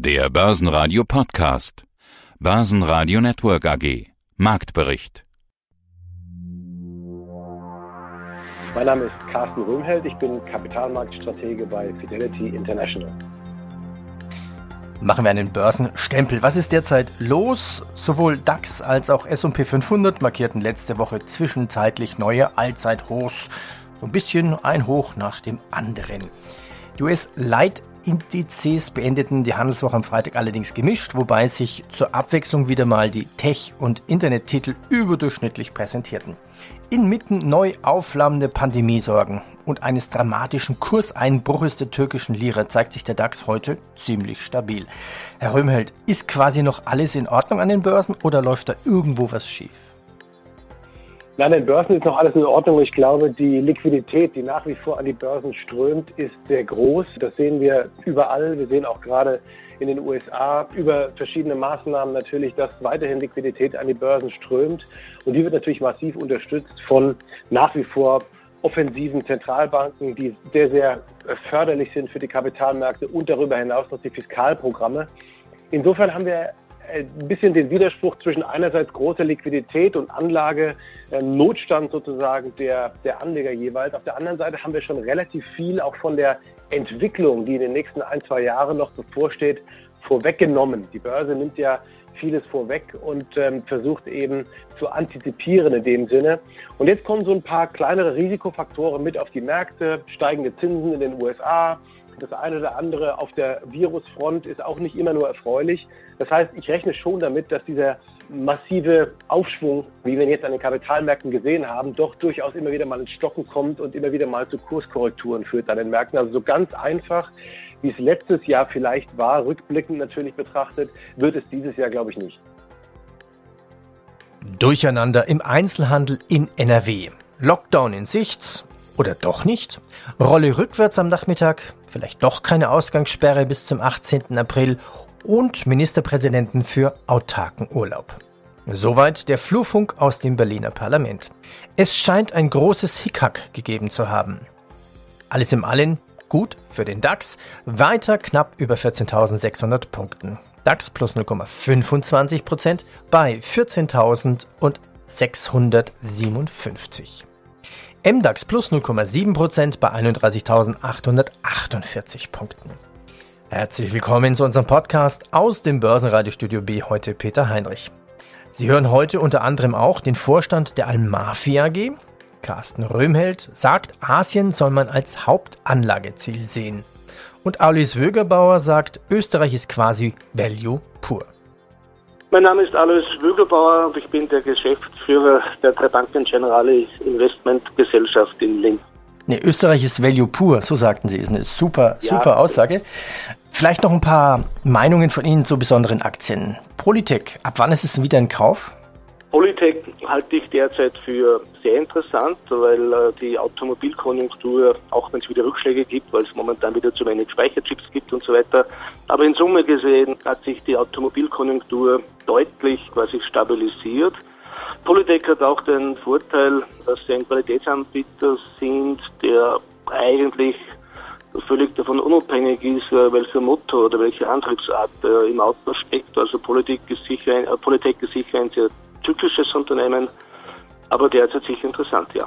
Der Börsenradio Podcast. Börsenradio Network AG. Marktbericht. Mein Name ist Carsten Röhmheld, ich bin Kapitalmarktstratege bei Fidelity International. Machen wir einen Börsenstempel. Was ist derzeit los? Sowohl DAX als auch S&P 500 markierten letzte Woche zwischenzeitlich neue Allzeithochs. So ein bisschen ein Hoch nach dem anderen. Die US-Leitindizes beendeten die Handelswoche am Freitag allerdings gemischt, wobei sich zur Abwechslung wieder mal die Tech- und Internettitel überdurchschnittlich präsentierten. Inmitten neu aufflammender Pandemiesorgen und eines dramatischen Kurseinbruches der türkischen Lira zeigt sich der DAX heute ziemlich stabil. Herr Röhmheld, ist quasi noch alles in Ordnung an den Börsen oder läuft da irgendwo was schief? Nein, an den Börsen ist noch alles in Ordnung. Ich glaube, die Liquidität, die nach wie vor an die Börsen strömt, ist sehr groß. Das sehen wir überall. Wir sehen auch gerade in den USA über verschiedene Maßnahmen natürlich, dass weiterhin Liquidität an die Börsen strömt. Und die wird natürlich massiv unterstützt von nach wie vor offensiven Zentralbanken, die sehr, sehr förderlich sind für die Kapitalmärkte und darüber hinaus noch die Fiskalprogramme. Insofern haben wir ein bisschen den Widerspruch zwischen einerseits großer Liquidität und Anlagenotstand sozusagen der Anleger jeweils. Auf der anderen Seite haben wir schon relativ viel auch von der Entwicklung, die in den nächsten 1-2 Jahren noch bevorsteht, vorweggenommen. Die Börse nimmt ja vieles vorweg und versucht eben zu antizipieren in dem Sinne. Und jetzt kommen so ein paar kleinere Risikofaktoren mit auf die Märkte, steigende Zinsen in den USA. Das eine oder andere auf der Virusfront ist auch nicht immer nur erfreulich. Das heißt, ich rechne schon damit, dass dieser massive Aufschwung, wie wir ihn jetzt an den Kapitalmärkten gesehen haben, doch durchaus immer wieder mal ins Stocken kommt und immer wieder mal zu Kurskorrekturen führt an den Märkten. Also so ganz einfach, wie es letztes Jahr vielleicht war, rückblickend natürlich betrachtet, wird es dieses Jahr, glaube ich, nicht. Durcheinander im Einzelhandel in NRW. Lockdown in Sicht. Oder doch nicht? Rolle rückwärts am Nachmittag, vielleicht doch keine Ausgangssperre bis zum 18. April und Ministerpräsidenten für autarken Urlaub. Soweit der Flurfunk aus dem Berliner Parlament. Es scheint ein großes Hickhack gegeben zu haben. Alles in allem gut für den DAX, weiter knapp über 14.600 Punkten. DAX plus 0,25% bei 14.657. MDAX plus 0,7% bei 31.848 Punkten. Herzlich willkommen zu unserem Podcast aus dem Börsenradiostudio B, heute Peter Heinrich. Sie hören heute unter anderem auch den Vorstand der Almafi AG. Carsten Röhmheld sagt, Asien soll man als Hauptanlageziel sehen. Und Alois Wögerbauer sagt, Österreich ist quasi Value pur. Mein Name ist Alois Wögerbauer und ich bin der Geschäftsführer der Drei Banken Generali Investmentgesellschaft in Linz. Nee, Österreich ist Value pur, so sagten Sie. Ist eine super Aussage. Vielleicht noch ein paar Meinungen von Ihnen zu besonderen Aktien. Polytech, ab wann ist es wieder in Kauf? Polytech halte ich derzeit für sehr interessant, weil die Automobilkonjunktur, auch wenn es wieder Rückschläge gibt, weil es momentan wieder zu wenig Speicherchips gibt und so weiter, aber in Summe gesehen hat sich die Automobilkonjunktur deutlich quasi stabilisiert. Polytech hat auch den Vorteil, dass sie ein Qualitätsanbieter sind, der eigentlich völlig davon unabhängig ist, welcher Motor oder welche Antriebsart im Auto steckt. Also Polytech ist sicher ein sehr zyklisches Unternehmen, aber derzeit sicher interessant, ja.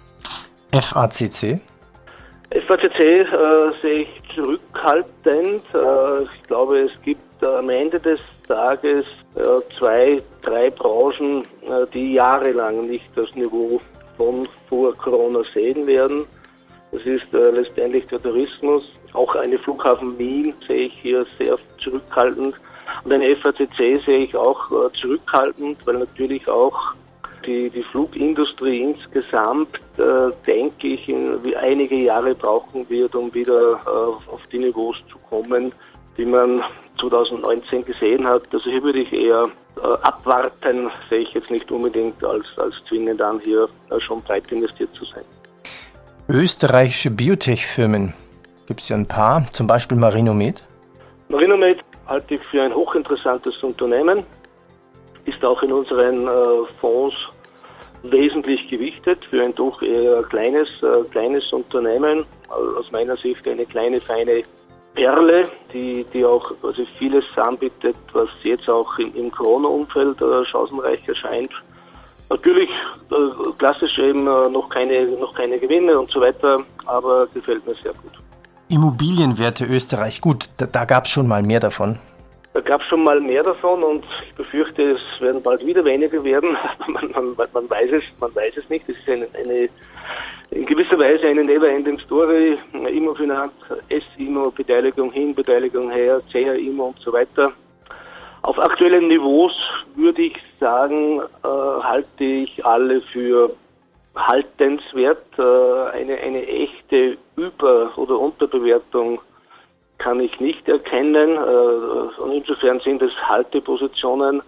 FACC? FACC sehe ich zurückhaltend. Ich glaube, es gibt am Ende des Tages 2-3 Branchen, die jahrelang nicht das Niveau von vor Corona sehen werden. Das ist letztendlich der Tourismus. Auch eine Flughafen Wien sehe ich hier sehr zurückhaltend. Und eine FACC sehe ich auch zurückhaltend, weil natürlich auch die Flugindustrie insgesamt, denke ich, einige Jahre brauchen wird, um wieder auf die Niveaus zu kommen, die man 2019 gesehen hat. Also hier würde ich eher abwarten, sehe ich jetzt nicht unbedingt als zwingend an, hier schon breit investiert zu sein. Österreichische Biotech-Firmen, gibt es ja ein paar, zum Beispiel Marinomed? Marinomed halte ich für ein hochinteressantes Unternehmen, ist auch in unseren Fonds wesentlich gewichtet für ein doch eher kleines Unternehmen. Aus meiner Sicht eine kleine, feine Perle, die auch quasi vieles anbietet, was jetzt auch im Corona-Umfeld chancenreich erscheint. Natürlich klassisch eben noch keine Gewinne und so weiter, aber gefällt mir sehr gut. Immobilienwerte Österreich, gut, da gab es schon mal mehr davon. Da gab es schon mal mehr davon und ich befürchte, es werden bald wieder weniger werden. Man weiß es nicht. Es ist eine in gewisser Weise eine never-ending Story. Immofinanz, S-Immo, Beteiligung hin, Beteiligung her, CH-Immo und so weiter. Auf aktuellen Niveaus würde ich sagen, halte ich alle für haltenswert. Eine echte Über- oder Unterbewertung kann ich nicht erkennen. Und insofern sind es Haltepositionen.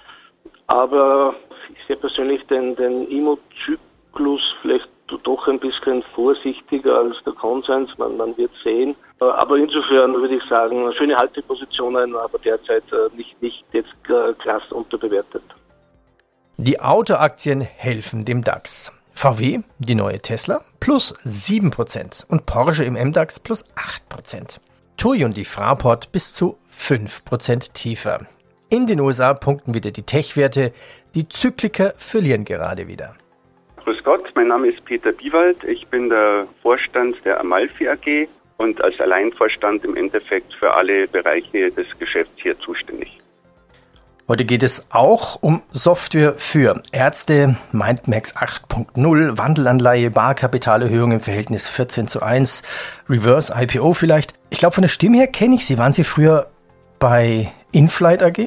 Aber ich sehe persönlich den Immo-Zyklus vielleicht doch ein bisschen vorsichtiger als der Konsens. Man wird sehen. Aber insofern würde ich sagen, schöne Haltepositionen, aber derzeit nicht jetzt krass unterbewertet. Die Autoaktien helfen dem DAX. VW, die neue Tesla, plus 7% und Porsche im MDAX plus 8%. TUI und die Fraport bis zu 5% tiefer. In den USA punkten wieder die Tech-Werte, die Zykliker verlieren gerade wieder. Grüß Gott, mein Name ist Peter Biewald, ich bin der Vorstand der Amalfi AG und als Alleinvorstand im Endeffekt für alle Bereiche des Geschäfts hier zuständig. Heute geht es auch um Software für Ärzte, Mindmax 8.0, Wandelanleihe, Barkapitalerhöhung im Verhältnis 14:1, Reverse IPO vielleicht. Ich glaube, von der Stimme her kenne ich Sie. Waren Sie früher bei Inflight AG?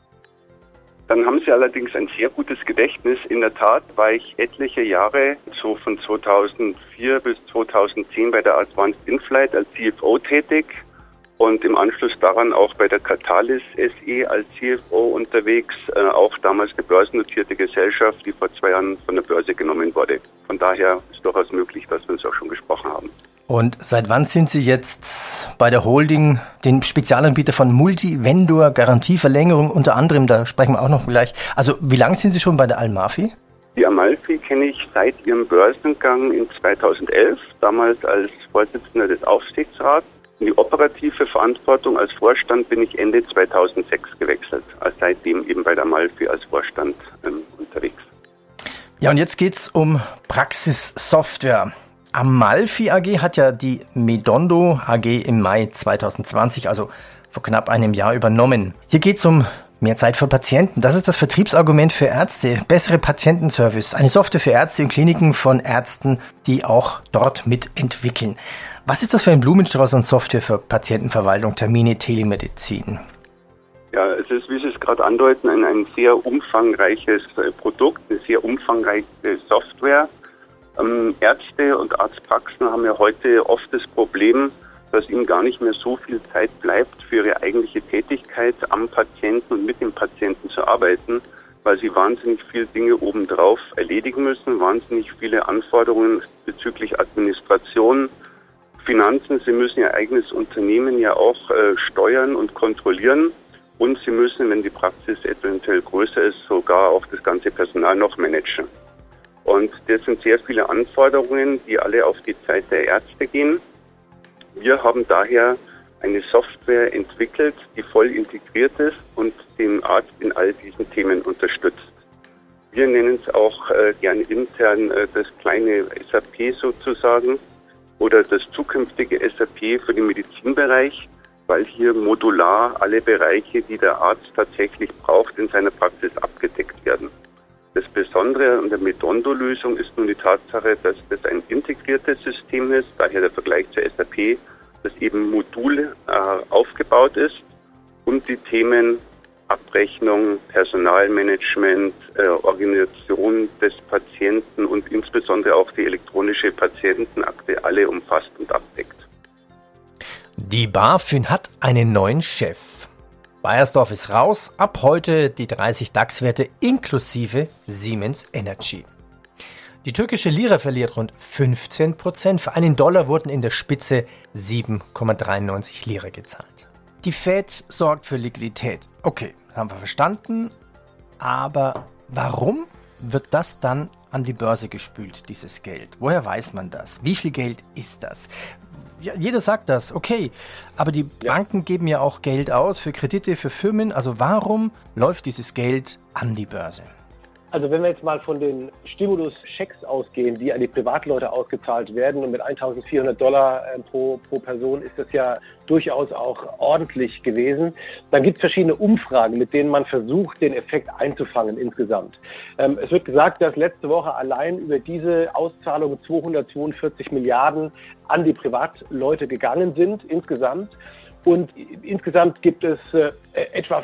Dann haben Sie allerdings ein sehr gutes Gedächtnis. In der Tat war ich etliche Jahre, so von 2004 bis 2010 bei der Advanced Inflight als CFO tätig und im Anschluss daran auch bei der Catalyst SE als CFO unterwegs, auch damals eine börsennotierte Gesellschaft, die vor 2 Jahren von der Börse genommen wurde. Von daher ist durchaus möglich, dass wir uns auch schon gesprochen haben. Und seit wann sind Sie jetzt bei der Holding, dem Spezialanbieter von Multi-Vendor, Garantieverlängerung unter anderem, da sprechen wir auch noch gleich. Also wie lange sind Sie schon bei der Amalfi? Die Amalfi kenne ich seit ihrem Börsengang in 2011, damals als Vorsitzender des Aufsichtsrats. In die operative Verantwortung als Vorstand bin ich Ende 2006 gewechselt, als seitdem eben bei der Amalfi als Vorstand unterwegs. Ja, und jetzt geht's um Praxis Software. Amalfi AG hat ja die Medondo AG im Mai 2020, also vor knapp einem Jahr, übernommen. Hier geht es um mehr Zeit für Patienten. Das ist das Vertriebsargument für Ärzte. Bessere Patientenservice. Eine Software für Ärzte und Kliniken von Ärzten, die auch dort mitentwickeln. Was ist das für ein Blumenstrauß an Software für Patientenverwaltung, Termine, Telemedizin? Ja, es ist, wie Sie es gerade andeuten, ein sehr umfangreiches Produkt, eine sehr umfangreiche Software. Ärzte und Arztpraxen haben ja heute oft das Problem, dass ihnen gar nicht mehr so viel Zeit bleibt, für ihre eigentliche Tätigkeit am Patienten und mit dem Patienten zu arbeiten, weil sie wahnsinnig viele Dinge obendrauf erledigen müssen, wahnsinnig viele Anforderungen bezüglich Administration, Finanzen. Sie müssen ihr eigenes Unternehmen ja auch steuern und kontrollieren und sie müssen, wenn die Praxis eventuell größer ist, sogar auch das ganze Personal noch managen. Und das sind sehr viele Anforderungen, die alle auf die Zeit der Ärzte gehen. Wir haben daher eine Software entwickelt, die voll integriert ist und den Arzt in all diesen Themen unterstützt. Wir nennen es auch gerne intern das kleine SAP sozusagen oder das zukünftige SAP für den Medizinbereich, weil hier modular alle Bereiche, die der Arzt tatsächlich braucht, in seiner Praxis abgedeckt werden. Das Besondere an der Medondo-Lösung ist nun die Tatsache, dass das ein integriertes System ist, daher der Vergleich zur SAP, das eben Modul aufgebaut ist und die Themen Abrechnung, Personalmanagement, Organisation des Patienten und insbesondere auch die elektronische Patientenakte alle umfasst und abdeckt. Die BaFin hat einen neuen Chef. Bayersdorf ist raus, ab heute die 30 DAX-Werte inklusive Siemens Energy. Die türkische Lira verliert rund 15%. Für einen Dollar wurden in der Spitze 7,93 Lira gezahlt. Die Fed sorgt für Liquidität. Okay, haben wir verstanden. Aber warum wird das dann an die Börse gespült, dieses Geld? Woher weiß man das? Wie viel Geld ist das? Ja, jeder sagt das, okay, aber die Banken geben ja auch Geld aus für Kredite, für Firmen. Also warum läuft dieses Geld an die Börse? Also wenn wir jetzt mal von den Stimulus-Schecks ausgehen, die an die Privatleute ausgezahlt werden und mit $1.400 pro Person ist das ja durchaus auch ordentlich gewesen, dann gibt es verschiedene Umfragen, mit denen man versucht, den Effekt einzufangen insgesamt. Es wird gesagt, dass letzte Woche allein über diese Auszahlungen 242 Milliarden an die Privatleute gegangen sind insgesamt. Und insgesamt gibt es etwa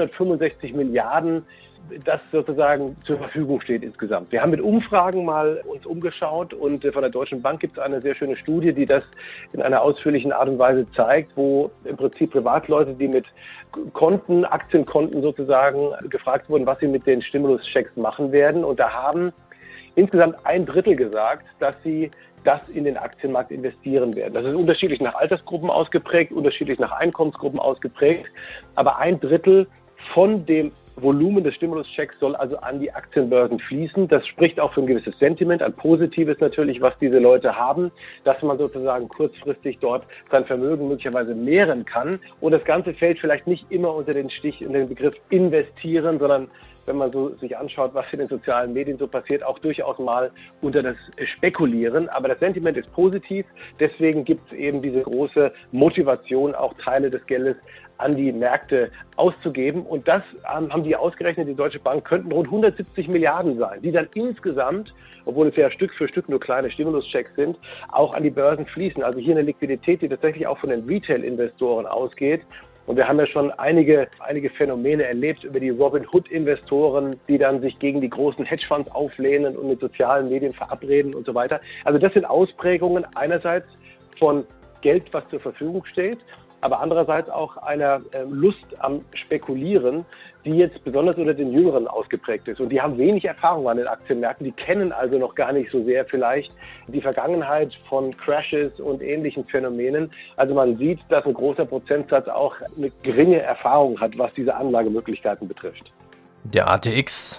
465 Milliarden, das sozusagen zur Verfügung steht insgesamt. Wir haben mit Umfragen mal uns umgeschaut und von der Deutschen Bank gibt es eine sehr schöne Studie, die das in einer ausführlichen Art und Weise zeigt, wo im Prinzip Privatleute, die mit Konten, Aktienkonten sozusagen gefragt wurden, was sie mit den Stimulus-Schecks machen werden. Und da haben insgesamt 1/3 gesagt, dass sie das in den Aktienmarkt investieren werden. Das ist unterschiedlich nach Altersgruppen ausgeprägt, unterschiedlich nach Einkommensgruppen ausgeprägt, aber 1/3 von dem Volumen des Stimulus-Checks soll also an die Aktienbörsen fließen. Das spricht auch für ein gewisses Sentiment, ein positives natürlich, was diese Leute haben, dass man sozusagen kurzfristig dort sein Vermögen möglicherweise mehren kann. Und das Ganze fällt vielleicht nicht immer unter den Begriff investieren, sondern wenn man so sich anschaut, was in den sozialen Medien so passiert, auch durchaus mal unter das Spekulieren. Aber das Sentiment ist positiv. Deswegen gibt es eben diese große Motivation, auch Teile des Geldes an die Märkte auszugeben. Und das haben die ausgerechnet, die Deutsche Bank, könnten rund 170 Milliarden sein, die dann insgesamt, obwohl es ja Stück für Stück nur kleine Stimulus-Checks sind, auch an die Börsen fließen. Also hier eine Liquidität, die tatsächlich auch von den Retail-Investoren ausgeht. Und wir haben ja schon einige Phänomene erlebt über die Robin-Hood-Investoren, die dann sich gegen die großen Hedgefonds auflehnen und mit sozialen Medien verabreden und so weiter. Also das sind Ausprägungen einerseits von Geld, was zur Verfügung steht, aber andererseits auch einer Lust am Spekulieren, die jetzt besonders unter den Jüngeren ausgeprägt ist. Und die haben wenig Erfahrung an den Aktienmärkten, die kennen also noch gar nicht so sehr vielleicht die Vergangenheit von Crashes und ähnlichen Phänomenen. Also man sieht, dass ein großer Prozentsatz auch eine geringe Erfahrung hat, was diese Anlagemöglichkeiten betrifft. Der ATX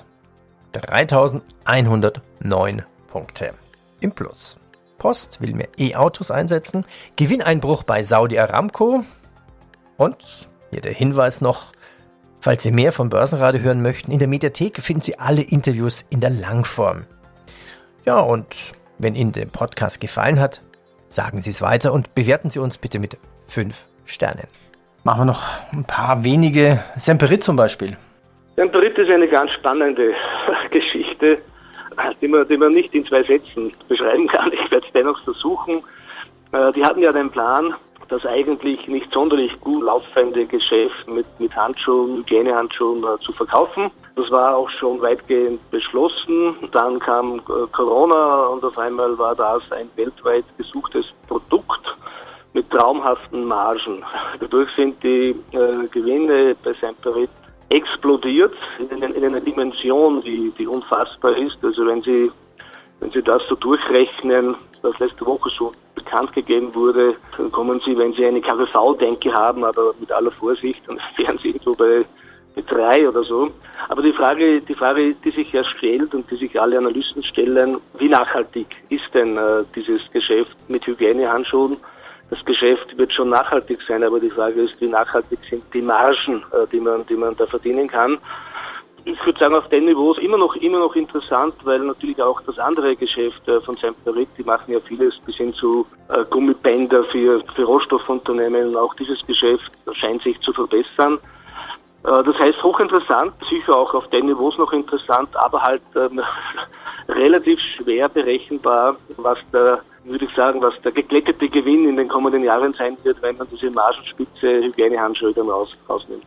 3109 Punkte im Plus. Post will mehr E-Autos einsetzen, Gewinneinbruch bei Saudi Aramco und hier der Hinweis noch, falls Sie mehr vom Börsenradio hören möchten, in der Mediathek finden Sie alle Interviews in der Langform. Ja, und wenn Ihnen der Podcast gefallen hat, sagen Sie es weiter und bewerten Sie uns bitte mit 5 Sternen. Machen wir noch ein paar wenige. Semperit zum Beispiel. Semperit ist eine ganz spannende Geschichte, die man nicht in 2 Sätzen beschreiben kann. Ich werde es dennoch versuchen. Die hatten ja den Plan, das eigentlich nicht sonderlich gut laufende Geschäft mit Handschuhen, Hygienehandschuhen zu verkaufen. Das war auch schon weitgehend beschlossen. Dann kam Corona und auf einmal war das ein weltweit gesuchtes Produkt mit traumhaften Margen. Dadurch sind die Gewinne bei Semperit explodiert in einer Dimension, die unfassbar ist. Also wenn Sie das so durchrechnen, was letzte Woche schon bekannt gegeben wurde, dann kommen Sie, wenn Sie eine KGV-Denke haben, aber mit aller Vorsicht, dann wären Sie irgendwo bei 3 oder so. Aber die Frage, die sich ja stellt und die sich alle Analysten stellen, wie nachhaltig ist denn dieses Geschäft mit Hygienehandschuhen? Das Geschäft wird schon nachhaltig sein, aber die Frage ist, wie nachhaltig sind die Margen, die man da verdienen kann. Ich würde sagen, auf den Niveaus immer noch interessant, weil natürlich auch das andere Geschäft von Semperit, die machen ja vieles bis hin zu Gummibänder für Rohstoffunternehmen. Und auch dieses Geschäft scheint sich zu verbessern. Das heißt, hochinteressant, sicher auch auf den Niveaus noch interessant, aber halt relativ schwer berechenbar, was der geglättete Gewinn in den kommenden Jahren sein wird, wenn man diese Margenspitze Hygienehandschuhe dann rausnimmt.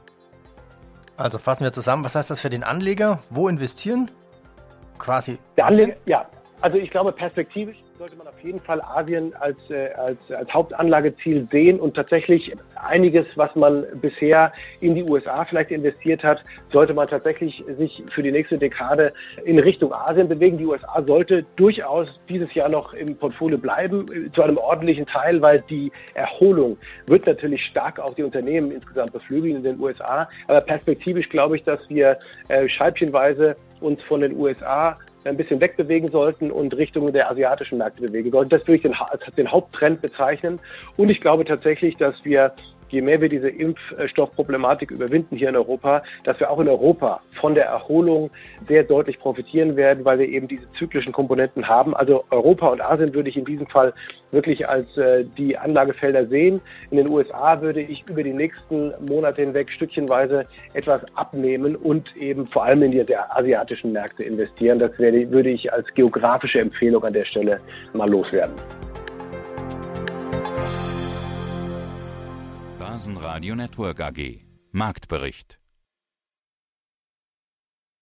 Also fassen wir zusammen, was heißt das für den Anleger? Wo investieren? Quasi. Der Anleger, ja. Also ich glaube, perspektivisch sollte man auf jeden Fall Asien als Hauptanlageziel sehen und tatsächlich einiges, was man bisher in die USA vielleicht investiert hat, sollte man tatsächlich sich für die nächste Dekade in Richtung Asien bewegen. Die USA sollte durchaus dieses Jahr noch im Portfolio bleiben, zu einem ordentlichen Teil, weil die Erholung wird natürlich stark auch die Unternehmen insgesamt beflügeln in den USA. Aber perspektivisch glaube ich, dass wir scheibchenweise uns von den USA ein bisschen wegbewegen sollten und Richtung der asiatischen Märkte bewegen sollten. Das würde ich als den Haupttrend bezeichnen. Und ich glaube tatsächlich, dass wir, je mehr wir diese Impfstoffproblematik überwinden hier in Europa, dass wir auch in Europa von der Erholung sehr deutlich profitieren werden, weil wir eben diese zyklischen Komponenten haben. Also Europa und Asien würde ich in diesem Fall wirklich als die Anlagefelder sehen. In den USA würde ich über die nächsten Monate hinweg stückchenweise etwas abnehmen und eben vor allem in die asiatischen Märkte investieren. Das würde ich als geografische Empfehlung an der Stelle mal loswerden. Börsenradio Network AG. Marktbericht.